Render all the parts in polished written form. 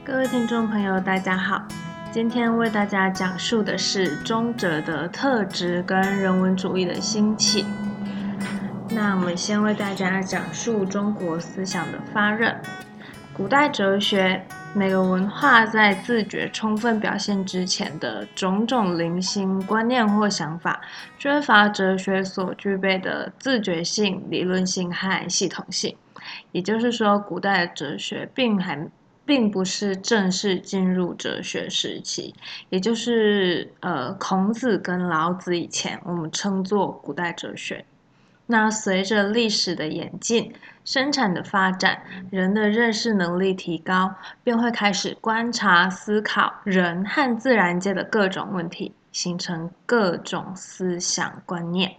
各位听众朋友，大家好。今天为大家讲述的是中哲的特质跟人文主义的兴起。那我们先为大家讲述中国思想的发轫。古代哲学，每个文化在自觉充分表现之前的种种零星观念或想法，缺乏哲学所具备的自觉性、理论性和系统性。也就是说，古代的哲学并不是正式进入哲学时期，也就是孔子跟老子以前，我们称作古代哲学。那随着历史的演进、生产的发展，人的认识能力提高，便会开始观察、思考人和自然界的各种问题，形成各种思想观念。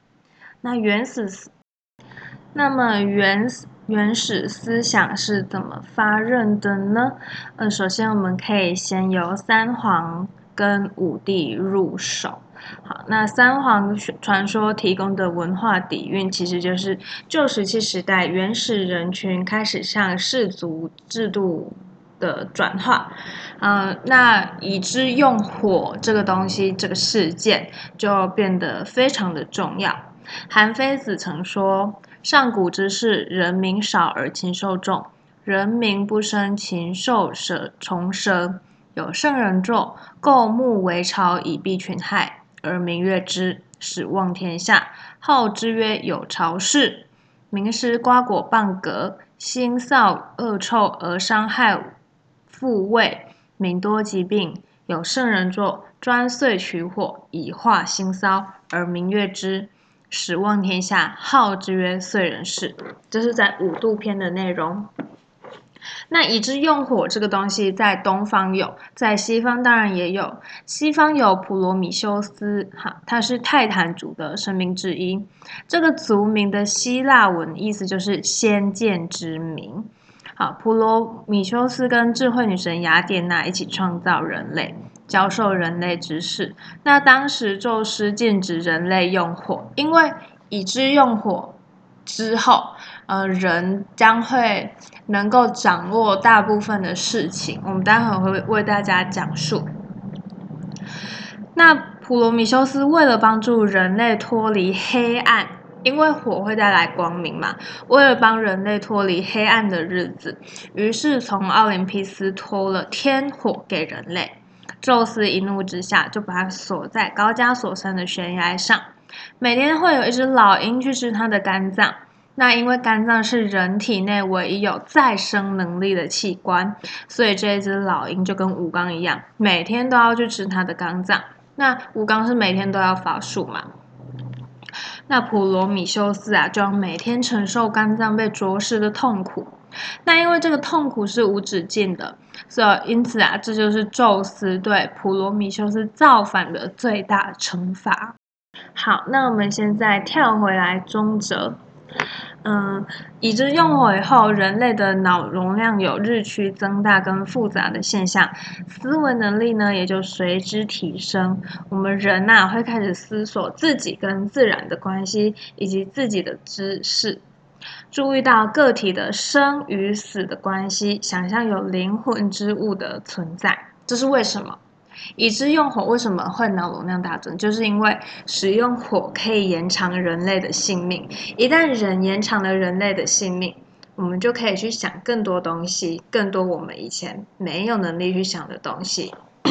那么原始思想是怎么发轫的呢？首先我们可以先由三皇跟五帝入手。好，那三皇传说提供的文化底蕴，其实就是旧石器时代原始人群开始向氏族制度的转化。那已知用火这个东西，这个事件就变得非常的重要。韩非子曾说：上古之世，人民少而禽兽众，人民不生，禽兽虫蛇。有圣人作，构木为巢以避群害，而民悦之，始望天下，号之曰有巢氏。民食瓜果蚌蛤，腥臊恶臭而伤害复位，民多疾病。有圣人作，专遂取火以化腥臊，而民悦之，始望天下，号之曰燧人氏。这是在五度篇的内容。那已知用火这个东西在东方有，在西方当然也有。西方有普罗米修斯，他是泰坦族的神明之一。这个族名的希腊文意思就是先见之明。好，普罗米修斯跟智慧女神雅典娜一起创造人类，教授人类知识。那当时宙斯禁止人类用火，因为已知用火之后，人将会能够掌握大部分的事情。我们待会会为大家讲述。那普罗米修斯为了帮助人类脱离黑暗，因为火会带来光明嘛，为了帮人类脱离黑暗的日子，于是从奥林匹斯托了天火给人类。宙斯一怒之下，就把它锁在高加索山的悬崖上，每天会有一只老鹰去吃它的肝脏。那因为肝脏是人体内唯一有再生能力的器官，所以这只老鹰就跟吴刚一样，每天都要去吃它的肝脏。那吴刚是每天都要法术嘛？那普罗米修斯就要每天承受肝脏被啄食的痛苦。那因为这个痛苦是无止境的，所以因此这就是宙斯对普罗米修斯造反的最大惩罚。好，那我们现在跳回来中哲。已知用火以后，人类的脑容量有日趋增大跟复杂的现象，思维能力呢也就随之提升。我们人会开始思索自己跟自然的关系，以及自己的知识，注意到个体的生与死的关系，想象有灵魂之物的存在。这是为什么？已知用火为什么会脑容量大增？就是因为使用火可以延长人类的性命。一旦人延长了人类的性命，我们就可以去想更多东西，更多我们以前没有能力去想的东西。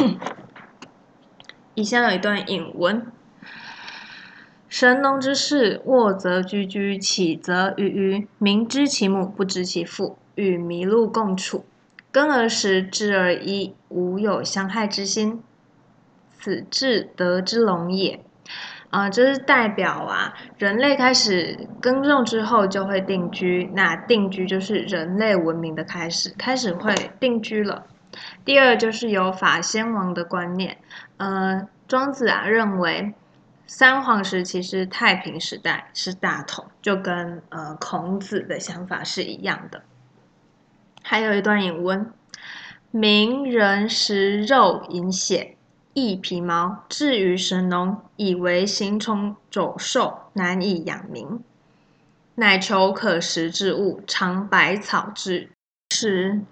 以下有一段引文：神农之士，卧则居居，起则于于。民知其母，不知其父，与麋鹿共处。耕而食，织而衣，无有相害之心，此至德之龙也。这是代表人类开始耕种之后就会定居，那定居就是人类文明的开始，开始会定居了。第二就是有法先王的观念，庄子认为三皇时期是太平时代，是大同，就跟孔子的想法是一样的。还有一段引文：民人食肉饮血，益皮毛，至于神农，以为形虫走兽，难以养民，乃求可食之物，尝百草之食。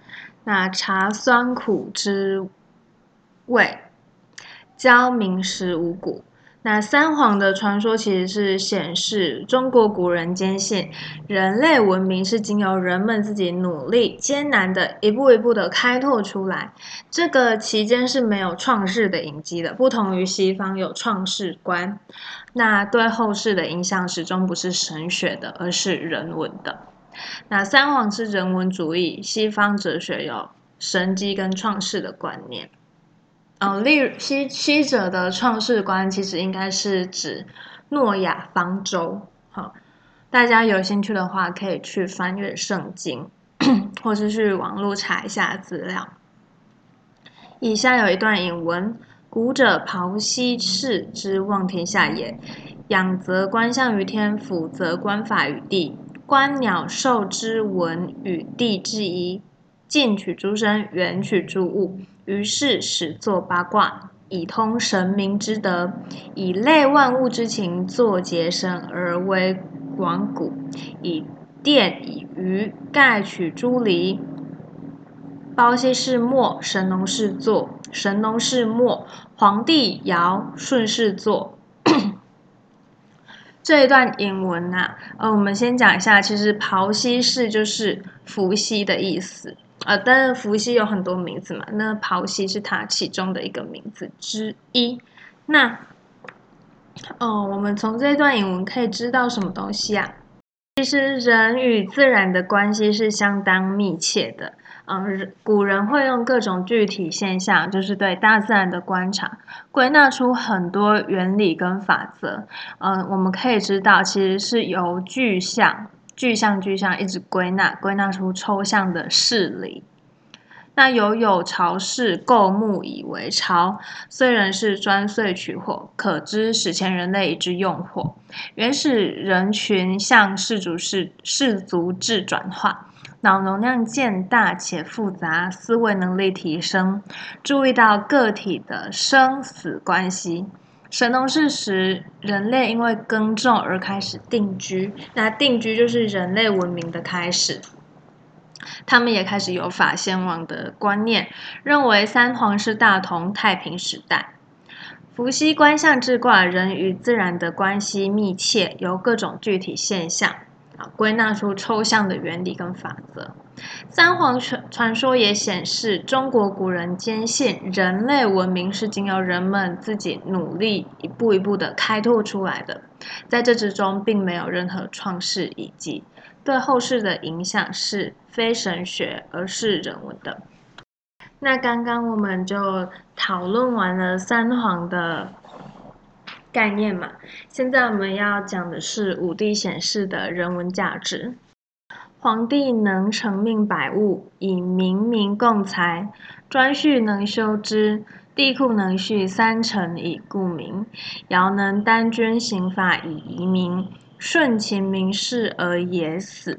那茶酸苦之味，焦明实五谷。那三皇的传说其实是显示中国古人坚信人类文明是经由人们自己努力艰难的一步一步的开拓出来，这个期间是没有创世的影迹的，不同于西方有创世观。那对后世的影响始终不是神学的，而是人文的。那三皇是人文主义，西方哲学有神迹跟创世的观念。例如西者的创世观其实应该是指诺亚方舟。好，大家有兴趣的话，可以去翻阅圣经，或是去网络查一下资料。以下有一段引文：古者庖溪氏之望天下也，仰则观象于天，俯则观法于地。观鸟兽之文与地之宜，近取诸生，远取诸物。于是始作八卦，以通神明之德，以类万物之情作结绳而为广谷，以电以鱼盖取诸离。包西氏末，神农氏作，神农氏末，黄帝尧舜氏作。这一段引文啊，我们先讲一下，其实庖溪氏就是伏羲的意思。但是伏羲有很多名字嘛，那庖溪是他其中的一个名字之一。那我们从这段引文可以知道什么东西啊？其实人与自然的关系是相当密切的。古人会用各种具体现象，就是对大自然的观察，归纳出很多原理跟法则。我们可以知道，其实是由具象一直归纳出抽象的事理。那有巢氏构木以为巢，虽人是专遂取火，可知史前人类一直用火。原始人群向氏族制转化，脑容量渐大且复杂，思维能力提升，注意到个体的生死关系。神农氏时，人类因为耕种而开始定居，那定居就是人类文明的开始。他们也开始有法先王的观念，认为三皇是大同太平时代。伏羲观象之卦，人与自然的关系密切，由各种具体现象归纳出抽象的原理跟法则。三皇传说也显示，中国古人坚信人类文明是经由人们自己努力一步一步的开拓出来的，在这之中并没有任何创世遗迹，对后世的影响是非神学而是人文的。那刚刚我们就讨论完了三皇的概念嘛，现在我们要讲的是五帝显示的人文价值。皇帝能承命百物，以民民共财；颛序能修之，帝库能蓄三臣以固民；尧能担军刑法以移民，顺勤民事而野死。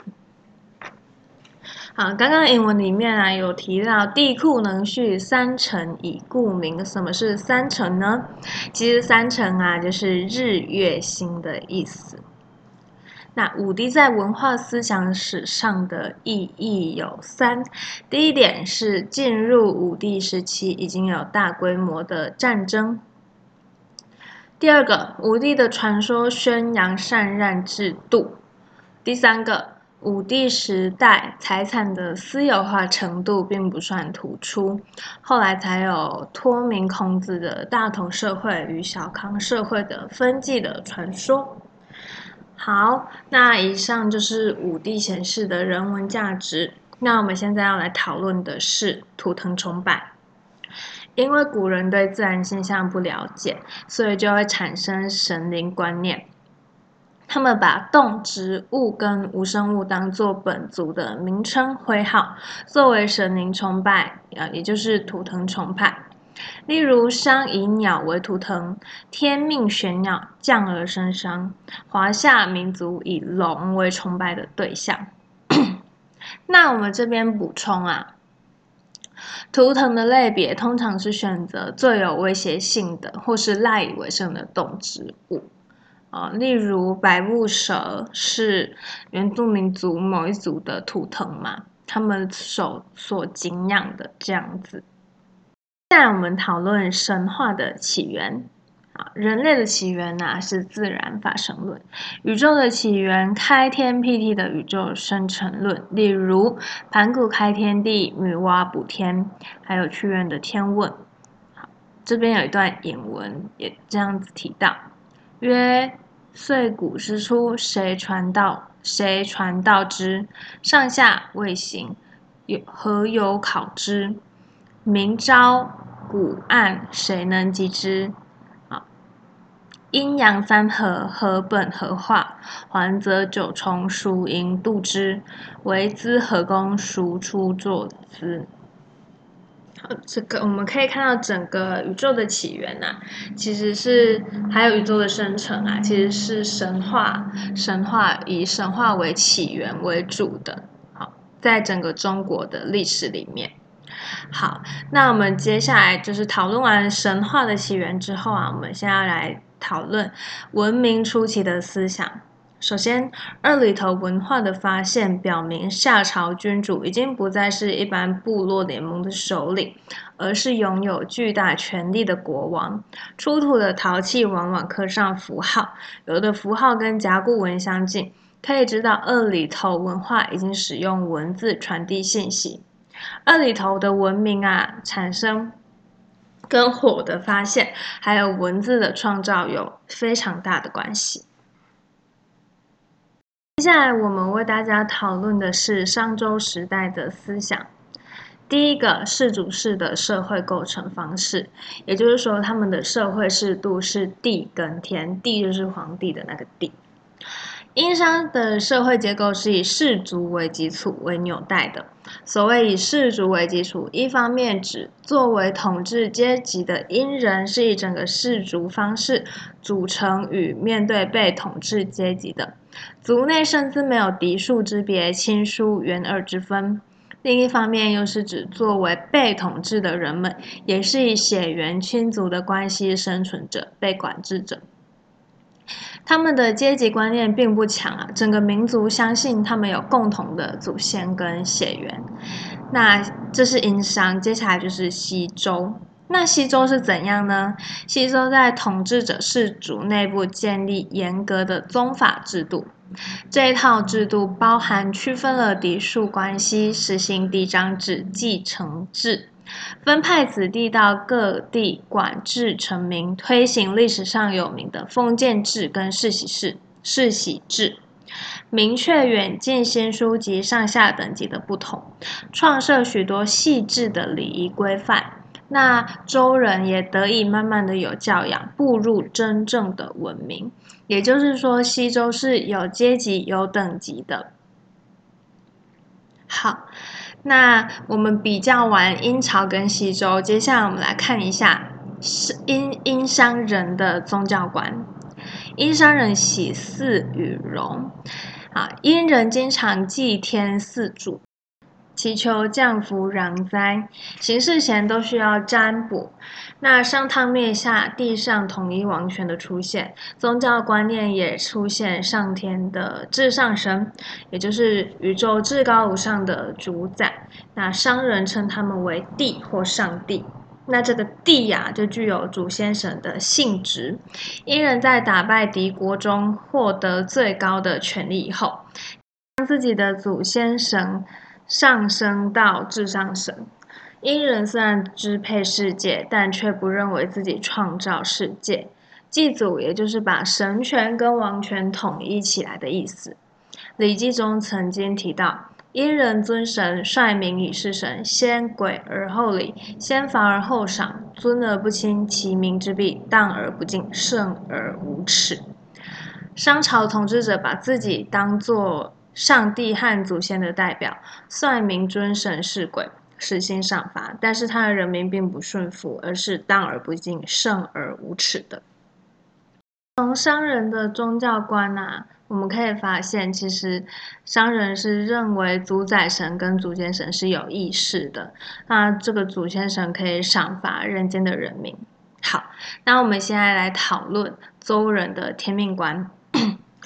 好，刚刚引文里面有提到帝库能蓄三臣以固民。什么是三臣呢？其实三臣就是日月星的意思。那五帝在文化思想史上的意义有三。第一点是进入五帝时期已经有大规模的战争。第二个，五帝的传说宣扬禅让制度。第三个，五帝时代财产的私有化程度并不算突出，后来才有托名孔子的大同社会与小康社会的分际的传说。好，那以上就是五帝显示的人文价值。那我们现在要来讨论的是图腾崇拜。因为古人对自然现象不了解，所以就会产生神灵观念。他们把动植物跟无生物当作本族的名称徽号，作为神灵崇拜，也就是图腾崇拜。例如，商以鸟为图腾，天命玄鸟降而生商；华夏民族以龙为崇拜的对象。那我们这边补充图腾的类别通常是选择最有威胁性的或是赖以为生的动植物。例如百步蛇是原住民族某一族的图腾嘛， 他们所敬仰的这样子。现在我们讨论神话的起源。人类的起源是自然发生论，宇宙的起源开天辟地的宇宙生成论，例如盘古开天地，女娲补天，还有屈原的天问。这边有一段引文也这样子提到，曰：岁古之初，谁传道之？上下未形，何有考之？明朝古案，谁能及之？阴阳三合，合本合化，还则九重，孰应度之？为兹何功，孰出作兹？这个我们可以看到整个宇宙的起源其实是还有宇宙的生成其实是神话以神话为起源为主的。好，在整个中国的历史里面。好，那我们接下来就是讨论完神话的起源之后我们现在来讨论文明初期的思想。首先，二里头文化的发现表明，夏朝君主已经不再是一般部落联盟的首领，而是拥有巨大权力的国王。出土的陶器往往刻上符号，有的符号跟甲骨文相近，可以知道二里头文化已经使用文字传递信息。二里头的文明产生跟火的发现还有文字的创造有非常大的关系。接下来我们为大家讨论的是商周时代的思想。第一个，氏族式的社会构成方式，也就是说他们的社会制度是地跟天，地就是皇帝的那个地。殷商的社会结构是以氏族为基础为纽带的。所谓以氏族为基础，一方面指作为统治阶级的殷人是以整个氏族方式组成与面对被统治阶级的，族内甚至没有嫡庶之别、亲疏远迩之分。另一方面又是指作为被统治的人们，也是以血缘亲族的关系生存着、被管制着。他们的阶级观念并不强整个民族相信他们有共同的祖先跟血缘。那这是殷商，接下来就是西周。那西周是怎样呢？西周在统治者氏族内部建立严格的宗法制度，这一套制度包含区分了嫡庶关系，实行嫡长子继承制，分派子弟到各地管制臣民，推行历史上有名的封建制跟世袭制，明确远近先书及上下等级的不同，创设许多细致的礼仪规范。那周人也得以慢慢的有教养，步入真正的文明。也就是说，西周是有阶级、有等级的。好，那我们比较完殷朝跟西周，接下来我们来看一下殷商人的宗教观。殷商人喜祀与戎，殷人经常祭天祀主，祈求降福攘灾，行事前都需要占卜。那上汤灭夏，地上统一王权的出现，宗教观念也出现上天的至上神，也就是宇宙至高无上的主宰。那商人称他们为帝或上帝。那这个帝就具有祖先神的性质。殷人在打败敌国中获得最高的权力以后，将自己的祖先神上升到至上神。殷人虽然支配世界，但却不认为自己创造世界。祭祖也就是把神权跟王权统一起来的意思。礼记中曾经提到，殷人尊神，率民以事神，先鬼而后礼，先罚而后赏，尊而不亲，其民之弊，荡而不敬，胜而无耻。商朝统治者把自己当作上帝和祖先的代表，率民尊神事鬼，实行赏罚，但是他的人民并不顺服，而是荡而不敬，胜而无耻的。从商人的宗教观我们可以发现，其实商人是认为主宰神跟祖先神是有意识的，那这个祖先神可以赏罚人间的人民。好，那我们现在来讨论周人的天命观。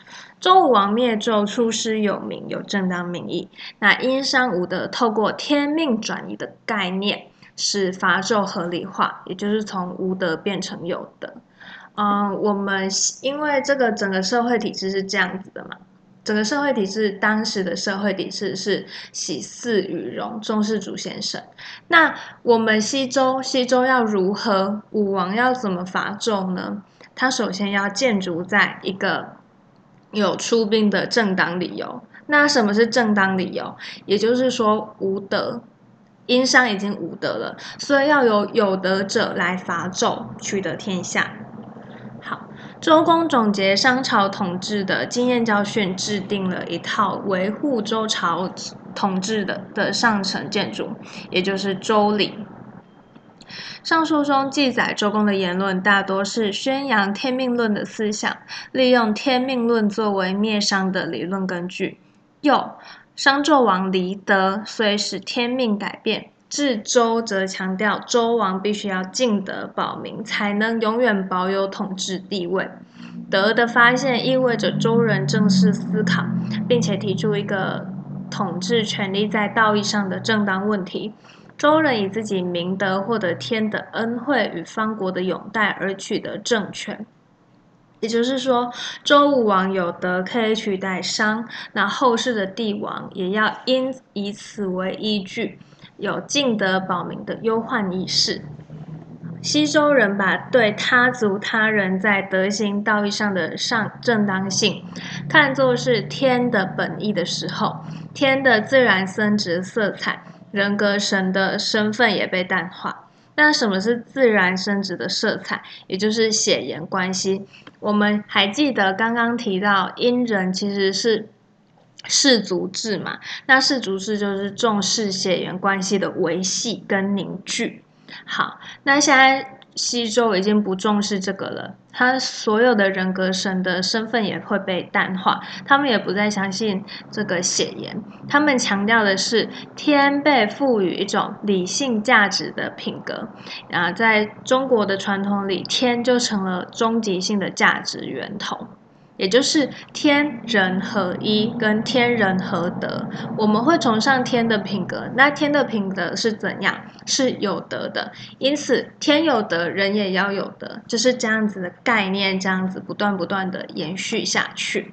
周武王灭纣，出师有名，有正当名义。那殷商吴德透过天命转移的概念，使伐纣合理化，也就是从无德变成有德。我们因为这个整个社会体制是这样子的嘛，整个社会体制当时的社会体制是喜祀与戎，重视祖先神。那我们西周要如何？武王要怎么伐纣呢？他首先要建筑在一个有出兵的正当理由。那什么是正当理由？也就是说无德。殷商已经无德了，所以要有德者来伐纣，取得天下。好，周公总结商朝统治的经验教训，制定了一套维护周朝统治的上层建筑，也就是周礼。上述中记载周公的言论，大多是宣扬天命论的思想，利用天命论作为灭商的理论根据。又，商纣王离德，虽使天命改变。至周则强调周王必须要敬德保民，才能永远保有统治地位。德的发现意味着周人正式思考，并且提出一个统治权力在道义上的正当问题。周人以自己明德获得天的恩惠与方国的拥戴而取得政权。也就是说，周武王有德可以取代商，那后世的帝王也要以此为依据，有敬德保民的忧患意识。西周人把对他族他人在德行道义上的正当性看作是天的本意的时候，天的自然生殖色彩，人格神的身份也被淡化。那什么是自然生殖的色彩？也就是血缘关系。我们还记得刚刚提到殷人其实是氏族制嘛，那氏族制就是重视血缘关系的维系跟凝聚。好，那现在西周已经不重视这个了，他所有的人格神的身份也会被淡化，他们也不再相信这个血缘，他们强调的是天被赋予一种理性价值的品格。在中国的传统里，天就成了终极性的价值源头。也就是天人合一跟天人合德，我们会崇尚天的品格。那天的品格是怎样？是有德的，因此天有德，人也要有德，就是这样子的概念，这样子不断的延续下去。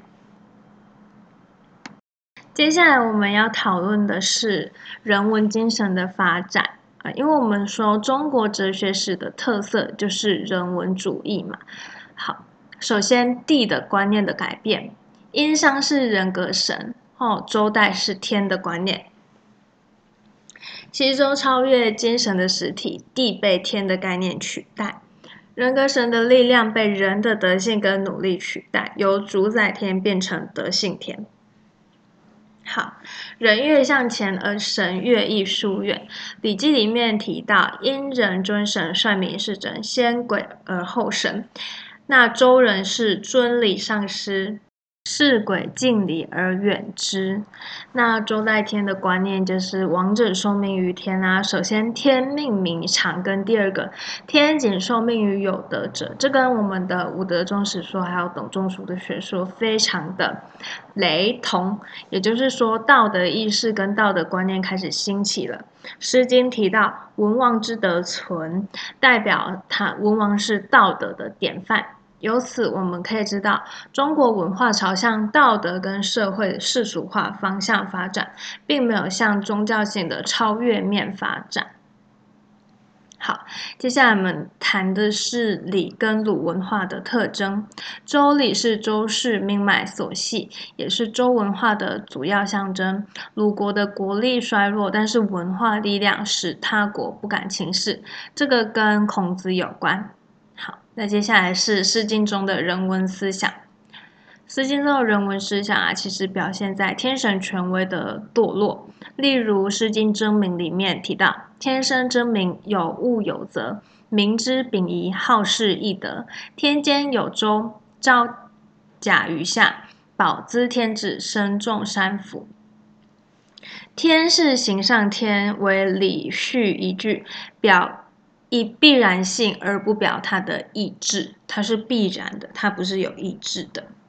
接下来我们要讨论的是人文精神的发展因为我们说中国哲学史的特色就是人文主义嘛。好。首先，地的观念的改变，殷商是人格神，周代是天的观念。西周超越精神的实体，地被天的概念取代，人格神的力量被人的德性跟努力取代，由主宰天变成德性天。好，人越向前，而神越易疏远。《礼记》里面提到，殷人尊神，率民是真，先鬼而后神。那周人是尊礼上师，事鬼敬礼而远之。那周代天的观念就是王者受命于天啊。首先，天命民常，跟第二个，天仅受命于有德者。这跟我们的五德宗史说还有董仲舒的学说非常的雷同。也就是说，道德意识跟道德观念开始兴起了。《诗经》提到文王之德存，代表文王是道德的典范。由此我们可以知道，中国文化朝向道德跟社会世俗化方向发展，并没有向宗教性的超越面发展。好，接下来我们谈的是礼跟鲁文化的特征。周礼是周氏命脉所系，也是周文化的主要象征。鲁国的国力衰弱，但是文化力量使他国不敢轻视，这个跟孔子有关。好，那接下来是《诗经》中的人文思想。《诗经》中的人文思想其实表现在天神权威的堕落。例如《诗经·征民》里面提到：“天生征民，有物有则，民之秉仪，好事易得。天间有周，昭甲于下，保兹天子，生众山府。”天是形上天为理序依据，表以必然性而不表它的意志，它是必然的，它不是有意志的。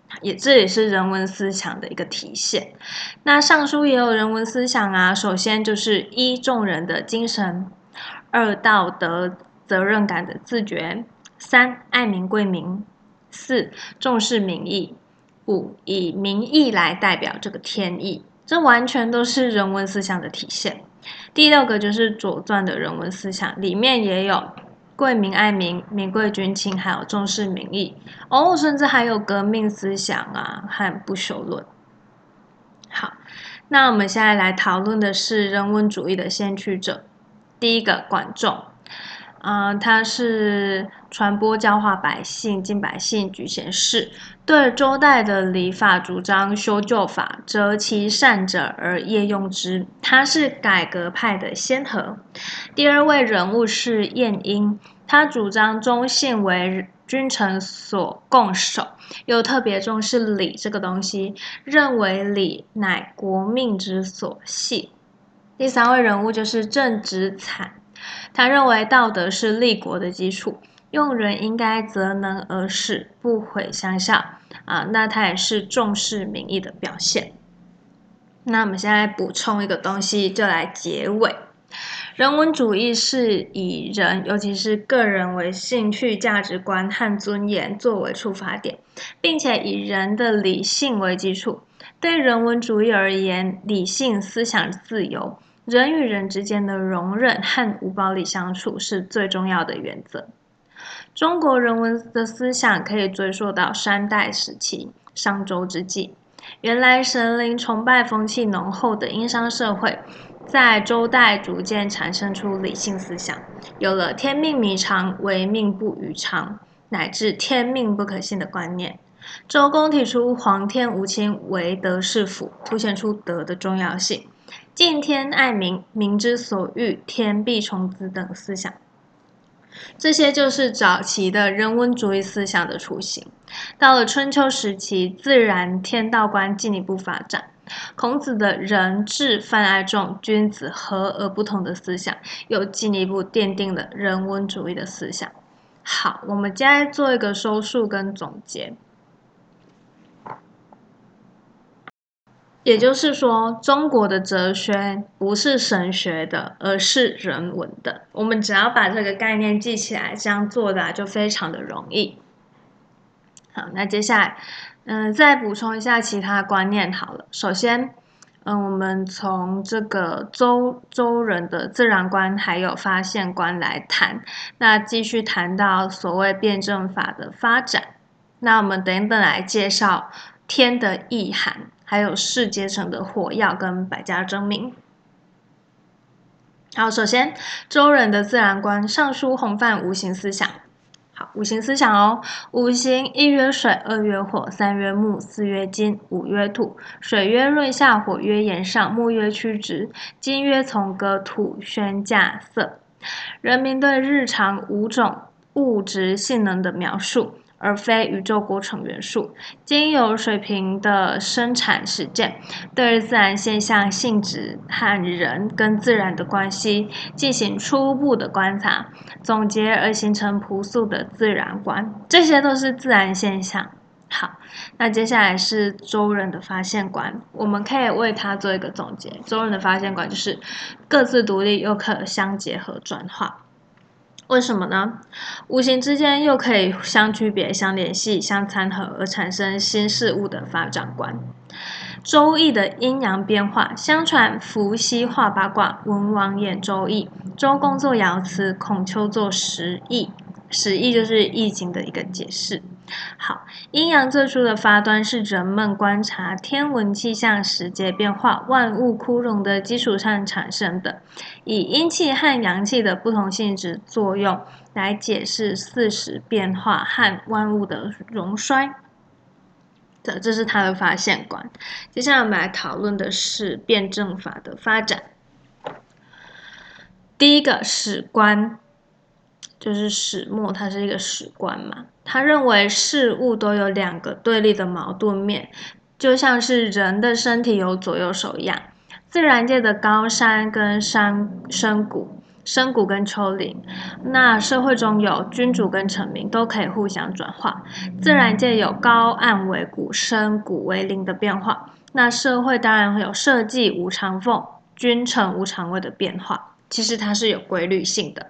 这也是人文思想的一个体现。那上书也有人文思想啊，首先就是一重人的精神，二道德责任感的自觉，三爱民贵民，四重视民意，五以民意来代表这个天意。这完全都是人文思想的体现。第六个就是《左传》的人文思想，里面也有贵民爱民、民贵君轻，还有重视民意甚至还有革命思想啊和不朽论。好，那我们现在来讨论的是人文主义的先驱者。第一个管仲，他是传播教化百姓、敬百姓、举贤士，对周代的礼法主张修旧法，择其善者而业用之。他是改革派的先河。第二位人物是晏婴，他主张忠信为君臣所共守，又特别重视礼这个东西，认为礼乃国命之所系。第三位人物就是郑子产，他认为道德是立国的基础，用人应该择能而事，不毁乡校那他也是重视民意的表现。那我们现在补充一个东西，就来结尾。人文主义是以人，尤其是个人为兴趣、价值观和尊严作为出发点，并且以人的理性为基础。对人文主义而言，理性思想自由，人与人之间的容忍和无暴力相处是最重要的原则。中国人文的思想可以追溯到商代时期，商周之际。原来神灵崇拜风气浓厚的殷商社会，在周代逐渐产生出理性思想，有了天命弥长、唯命不于常，乃至天命不可信的观念。周公提出皇天无亲，唯德是辅，凸显出德的重要性。敬天爱民，民之所欲，天必从兹等思想。这些就是早期的人文主义思想的雏形。到了春秋时期，自然天道观进一步发展。孔子的仁智泛爱众、君子和而不同的思想，又进一步奠定了人文主义的思想。好，我们现在做一个收束跟总结。也就是说，中国的哲学不是神学的，而是人文的。我们只要把这个概念记起来，这样做的就非常的容易。好，那接下来，再补充一下其他观念好了。首先，我们从这个周人的自然观还有发现观来谈，那继续谈到所谓辩证法的发展。那我们等等来介绍天的意涵，还有世阶层的火药跟百家争鸣。好，首先周人的自然观上书弘范无形思想。好，五行思想哦，五行一曰水，二曰火，三曰木，四曰金，五曰土。水曰润下，火曰炎上，木曰曲直，金曰从革，土宣稼穑。人民对日常五种物质性能的描述，而非宇宙构成元素，经由水平的生产实践，对自然现象性质和人跟自然的关系进行初步的观察，总结而形成朴素的自然观，这些都是自然现象。好，那接下来是周人的发现观，我们可以为它做一个总结。周人的发现观就是各自独立又可相结合转化。为什么呢？五行之间又可以相区别、相联系、相参合，而产生新事物的发展观。周易的阴阳变化，相传伏羲画八卦，文王演周易，周公作爻辞，孔丘作十易。十易就是易经的一个解释。好，阴阳最初的发端是人们观察天文气象、时节变化、万物枯荣的基础上产生的，以阴气和阳气的不同性质作用来解释四时变化和万物的荣衰。这是他的发现观。接下来我们来讨论的是辩证法的发展。第一个史观，就是始末，它是一个史观嘛。他认为事物都有两个对立的矛盾面，就像是人的身体有左右手一样。自然界的高山跟深谷深谷跟丘陵。那社会中有君主跟臣民，都可以互相转化。自然界有高岸为谷、深谷为陵的变化。那社会当然会有社稷无常凤、君臣无常位的变化。其实它是有规律性的。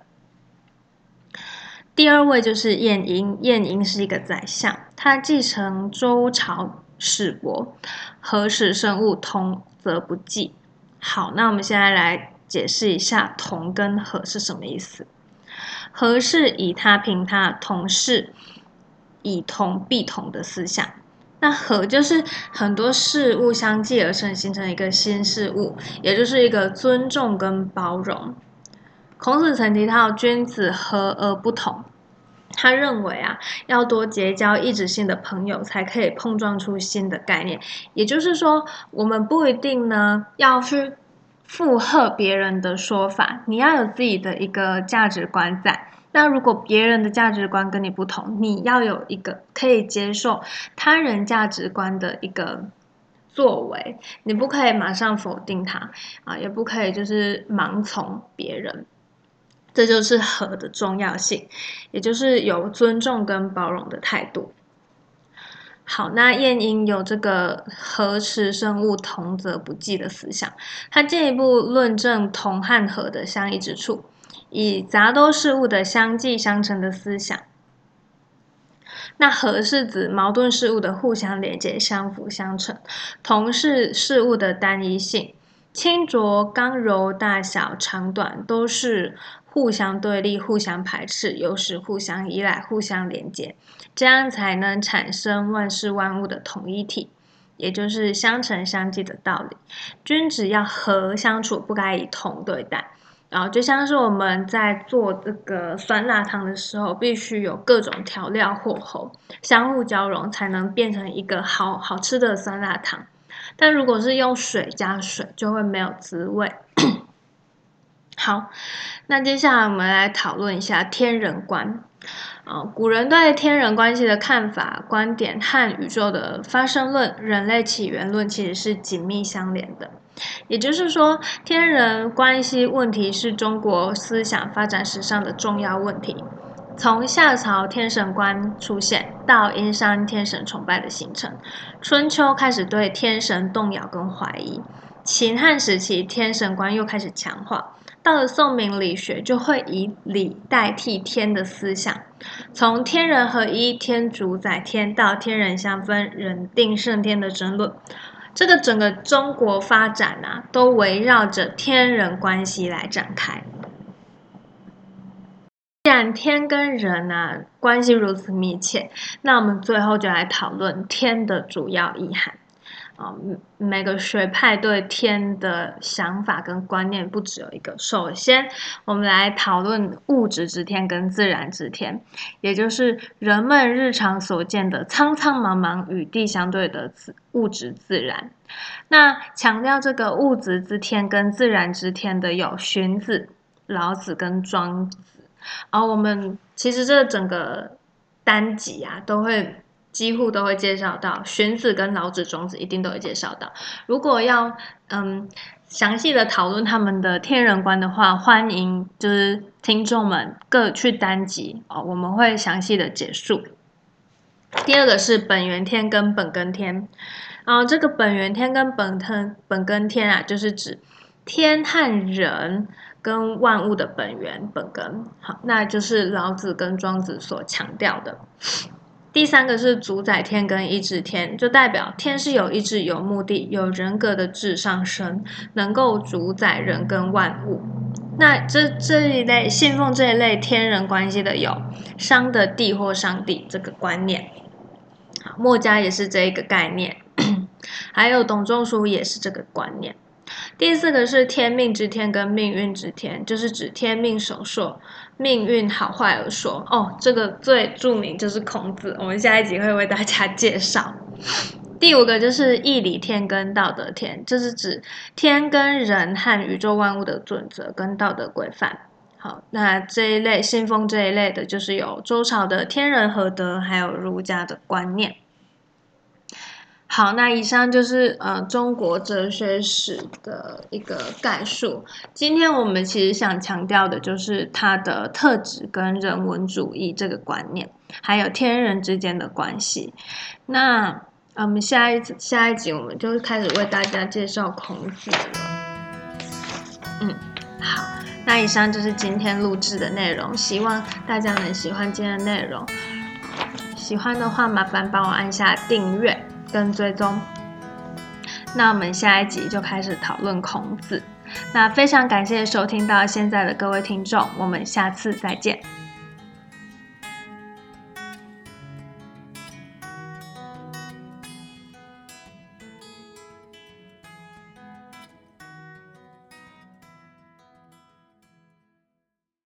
第二位就是晏婴，晏婴是一个宰相，他继承周朝史帛，何时生物同则不忌。好，那我们现在来解释一下同跟和是什么意思。和是以他平他，同是以同必同的思想。那和就是很多事物相继而成，形成一个新事物，也就是一个尊重跟包容。孔子曾提到君子和而不同，他认为要多结交异质性的朋友，才可以碰撞出新的概念。也就是说，我们不一定呢要去附和别人的说法，你要有自己的一个价值观在。那如果别人的价值观跟你不同，你要有一个可以接受他人价值观的一个作为，你不可以马上否定他也不可以就是盲从别人。这就是和的重要性，也就是有尊重跟包容的态度。好，那晏婴有这个和持生物同则不忌的思想，他进一步论证同和和的相异之处，以杂多事物的相继相成的思想。那和是指矛盾事物的互相连接、相辅相成，同是事物的单一性。清浊、刚柔、大小、长短都是互相对立、互相排斥，有时互相依赖、互相连接，这样才能产生万事万物的统一体，也就是相承相济的道理。君子要和相处，不该以同对待。然后就像是我们在做这个酸辣汤的时候，必须有各种调料火候，相互交融，才能变成一个好吃的酸辣汤。但如果是用水加水，就会没有滋味。好，那接下来我们来讨论一下天人观。古人对天人关系的看法、观点和宇宙的发生论、人类起源论其实是紧密相连的。也就是说，天人关系问题是中国思想发展史上的重要问题。从夏朝天神观出现到殷商天神崇拜的形成，春秋开始对天神动摇跟怀疑，秦汉时期天神观又开始强化，到了宋明理学就会以理代替天的思想，从天人合一、天主宰天到天人相分、人定胜天的争论。这个整个中国发展都围绕着天人关系来展开。既然天跟人关系如此密切，那我们最后就来讨论天的主要意涵。每个学派对天的想法跟观念不只有一个。首先，我们来讨论物质之天跟自然之天，也就是人们日常所见的苍苍茫茫与地相对的物质自然。那强调这个物质之天跟自然之天的有荀子、老子跟庄子。我们其实这整个单集几乎都会介绍到荀子跟老子、庄子，一定都会介绍到。如果要详细的讨论他们的天人观的话，欢迎就是听众们各去单集我们会详细的解述。第二个是本源天跟本根天。这个本源天跟本根天就是指天和人跟万物的本源本根。好，那就是老子跟庄子所强调的。第三个是主宰天跟意志天，就代表天是有意志、有目的、有人格的至上身，能够主宰人跟万物。那这一类信奉这一类天人关系的有商的帝或商帝这个观念，墨家也是这一个概念，还有董仲舒也是这个观念。第四个是天命之天跟命运之天，就是指天命守硕，命运好坏而说。这个最著名就是孔子，我们下一集会为大家介绍。第五个就是义理天跟道德天，这是指天跟人和宇宙万物的准则跟道德规范。好，那这一类信奉这一类的，就是有周朝的天人合德，还有儒家的观念。 好，那以上就是中国哲学史的一个概述。今天我们其实想强调的就是它的特质跟人文主义这个观念，还有天人之间的关系。那我们下一集我们就开始为大家介绍孔子了。好，那以上就是今天录制的内容，希望大家能喜欢今天的内容。喜欢的话，麻烦帮我按下订阅跟追踪。那我们下一集就开始讨论孔子。那非常感谢收听到现在的各位听众，我们下次再见。